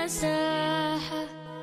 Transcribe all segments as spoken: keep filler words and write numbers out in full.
مساحة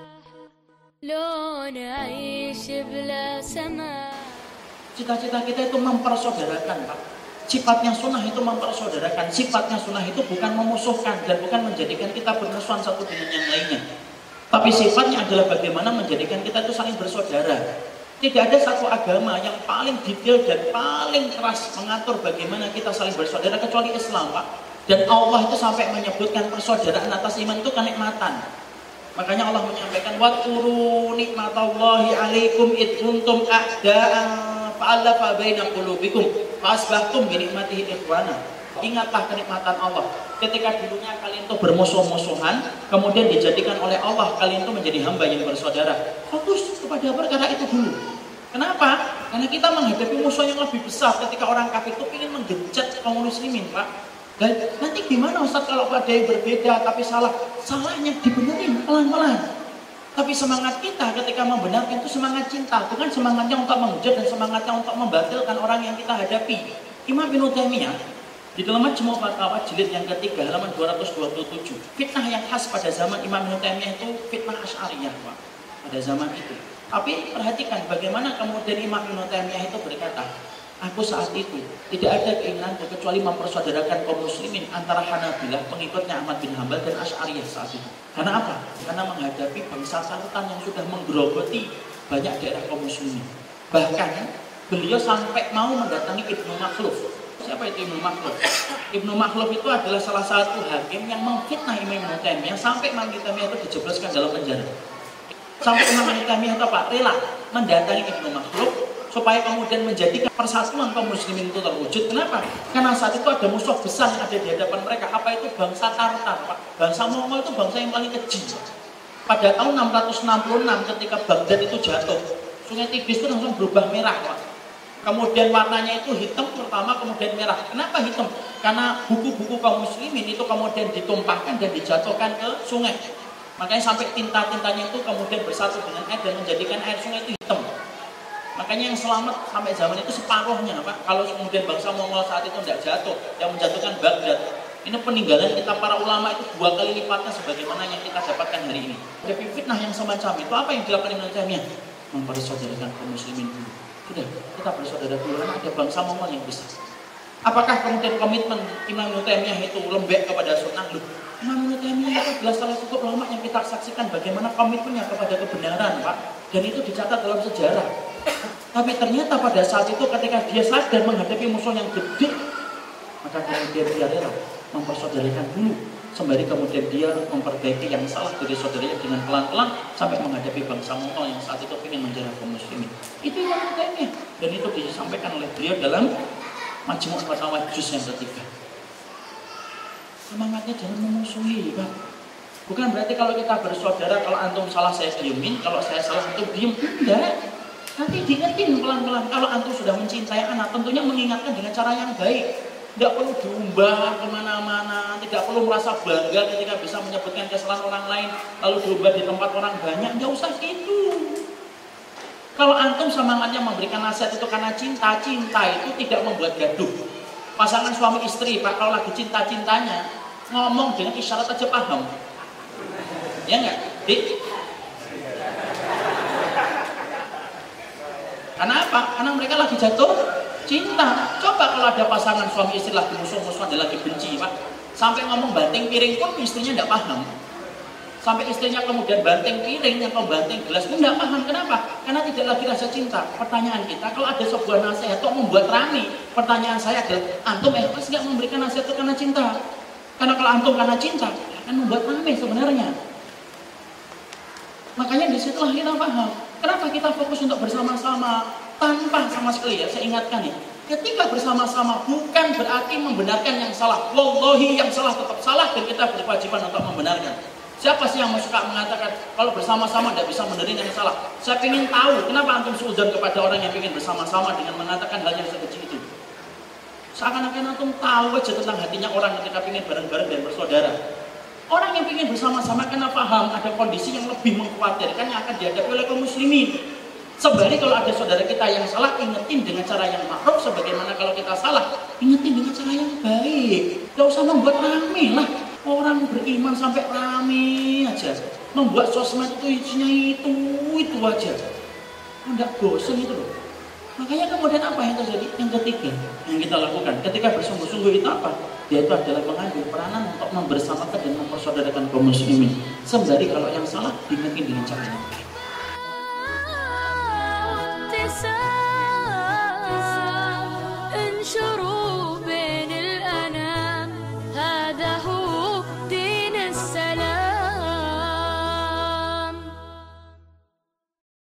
لو نعيش بلا سماح. Cita-cita kita itu mempersaudarakan, Pak. Sifatnya sunnah itu mempersaudarakan. Sifatnya sunnah itu bukan memusuhkan dan bukan menjadikan kita bermusuhan satu dengan yang lainnya. Tapi sifatnya adalah bagaimana menjadikan kita itu saling bersaudara. Tidak ada satu agama yang paling detail dan paling keras mengatur bagaimana kita saling bersaudara kecuali Islam, Pak. Dan Allah itu sampai menyebutkan persaudaraan atas iman itu kenikmatan. Makanya Allah menyampaikan wadkuru nikmatallahi alaikum id kuntum a'da'an fa'alafa baina qulubikum fa'asbahtum bi nikmatihi ikhwana. Ingatlah kenikmatan Allah ketika dulunya kalian itu bermusuh-musuhan, kemudian dijadikan oleh Allah kalian itu menjadi hamba yang bersaudara. Fokus kepada perkara itu dulu. Kenapa? Karena kita menghadapi musuh yang lebih besar ketika orang kafir itu ingin menggenjot kaum muslimin, Pak. Dan nanti gimana Ustaz kalau ada yang berbeda tapi salah? Salahnya dibenerin pelan-pelan. Tapi semangat kita ketika membenarkan itu semangat cinta, bukan semangatnya untuk menghujat dan semangatnya untuk membatalkan orang yang kita hadapi. Imam Ibnu Taimiyah di dalam Majmu' Fatawa jilid yang ketiga halaman dua ratus dua puluh tujuh, fitnah yang khas pada zaman Imam Ibnu Taimiyah itu fitnah Asy'ariyah, Pak, pada zaman itu. Tapi perhatikan bagaimana kemudian Imam Ibnu Taimiyah itu berkata, aku saat itu tidak ada keinginan kecuali mempersaudarakan kaum muslimin antara Hanabilah pengikutnya Ahmad bin Hanbal dan Asy'ariyah saat itu. Karena apa? Karena menghadapi bangsa Sultan yang sudah menggerogoti banyak daerah kaum muslimin. Bahkan beliau sampai mau mendatangi Ibnu Makhluf. Siapa itu Ibnu Makhluf? Ibnu Makhluf itu adalah salah satu hakim yang memfitnah Imam Ibnu Taimiyah sampai Imam Ibnu Taimiyah itu dijebloskan dalam penjara. Sampai Imam Ibnu Taimiyah itu apa? Rela mendatangi Ibnu Makhluf supaya kemudian menjadikan persatuan kaum muslimin itu terwujud. Kenapa? Karena saat itu ada musuh besar yang ada di hadapan mereka. Apa itu? Bangsa Tartar, Pak. Bangsa Mongol itu bangsa yang paling keji. Pada tahun enam ratus enam puluh enam ketika Baghdad itu jatuh, Sungai Tigris itu langsung berubah merah, Pak. Kemudian warnanya itu hitam pertama, kemudian merah. Kenapa hitam? Karena buku-buku kaum muslimin itu kemudian ditumpahkan dan dijatuhkan ke sungai. Makanya sampai tinta-tintanya itu kemudian bersatu dengan air dan menjadikan air sungai itu hitam. Makanya yang selamat sampai zaman itu separuhnya, Pak. Kalau kemudian bangsa Mongol saat itu tidak jatuh, yang menjatuhkan Baghdad. Ini peninggalan kita para ulama itu dua kali lipatnya sebagaimana yang kita dapatkan hari ini. Ada fitnah yang semacam itu, apa yang dilakukan Ibnu Taimiyah? Mempersaudarakan kaum muslimin dulu. Sudah, kita bersaudara dulu, karena ada bangsa Mongol yang besar. Apakah kemudian komitmen Imam Ibnu Taimiyah itu lembek kepada sunnah? Loh, Imam Ibnu Taimiyah itu adalah salah satu ulama yang kita saksikan bagaimana komitmennya kepada kebenaran, Pak. Dan itu dicatat dalam sejarah. Tapi ternyata pada saat itu ketika dia sadar menghadapi musuh yang gede, maka kemudian dia rela mempersaudarakan dulu, sembari kemudian dia memperbaiki yang salah dari saudaranya dengan pelan-pelan sampai menghadapi bangsa Mongol yang saat itu ingin menjarah kaum muslimin. Itu yang pentingnya, dan itu disampaikan oleh beliau dalam Majmu' Fatawa juz yang ketiga. Semangatnya jangan memusuhi, Pak. Bukan berarti kalau kita bersaudara, kalau antum salah saya diemin, kalau saya salah antum diem. Enggak. Nanti diingetin pelan-pelan. Kalau antum sudah mencintai anak, tentunya mengingatkan dengan cara yang baik. Tidak perlu diumbar kemana-mana, tidak perlu merasa bangga ketika bisa menyebutkan kesalahan orang lain, lalu diumbar di tempat orang banyak. Nggak usah gitu. Kalau antum semangatnya memberikan nasihat itu karena cinta, cinta itu tidak membuat gaduh. Pasangan suami istri, Pak, kalau lagi cinta-cintanya, ngomong dengan isyarat aja paham. Ya nggak? Dik? Karena apa? Karena mereka lagi jatuh cinta. Coba kalau ada pasangan suami istri lagi musuh-musuhan, dia lagi benci, Pak. Sampai ngomong banting piring pun istrinya tidak paham. Sampai istrinya kemudian banting piring atau banting gelas pun tidak paham. Kenapa? Karena tidak lagi rasa cinta. Pertanyaan kita, kalau ada sebuah nasihat itu membuat rame, pertanyaan saya adalah, antum ikhlas nggak memberikan nasihat itu karena cinta? Karena kalau antum karena cinta, akan membuat rame sebenarnya. Makanya disitulah kita paham. Kenapa kita fokus untuk bersama-sama tanpa sama sekali, ya saya ingatkan ya, ketika bersama-sama bukan berarti membenarkan yang salah. Wallahi yang salah tetap salah dan kita berkewajiban untuk membenarkan. Siapa sih yang suka mengatakan kalau bersama-sama tidak bisa menerima yang salah? Saya ingin tahu kenapa antum suudzon kepada orang yang ingin bersama-sama dengan mengatakan hal yang sekecil itu. Seakan-akan antum tahu aja tentang hatinya orang ketika ingin bareng-bareng dan bersaudara. Orang yang ingin bersama-sama karena paham ada kondisi yang lebih mengkhawatirkan yang akan dihadapi oleh kaum muslimin. Sebalik kalau ada saudara kita yang salah, ingetin dengan cara yang ma'ruf. Sebagaimana kalau kita salah, ingetin dengan cara yang baik. Gak usah membuat rame lah. Orang beriman sampai rame aja, membuat sosmed itu isinya itu itu aja, nggak bosan itu loh. Makanya kemudian apa yang terjadi? Yang ketiga yang kita lakukan ketika bersungguh-sungguh itu apa? Yaitu adalah mengambil peranan untuk membersamakan dan mempersaudarakan kaum muslimin. Sembari kalau yang salah diingatkan dengan cara yang baik.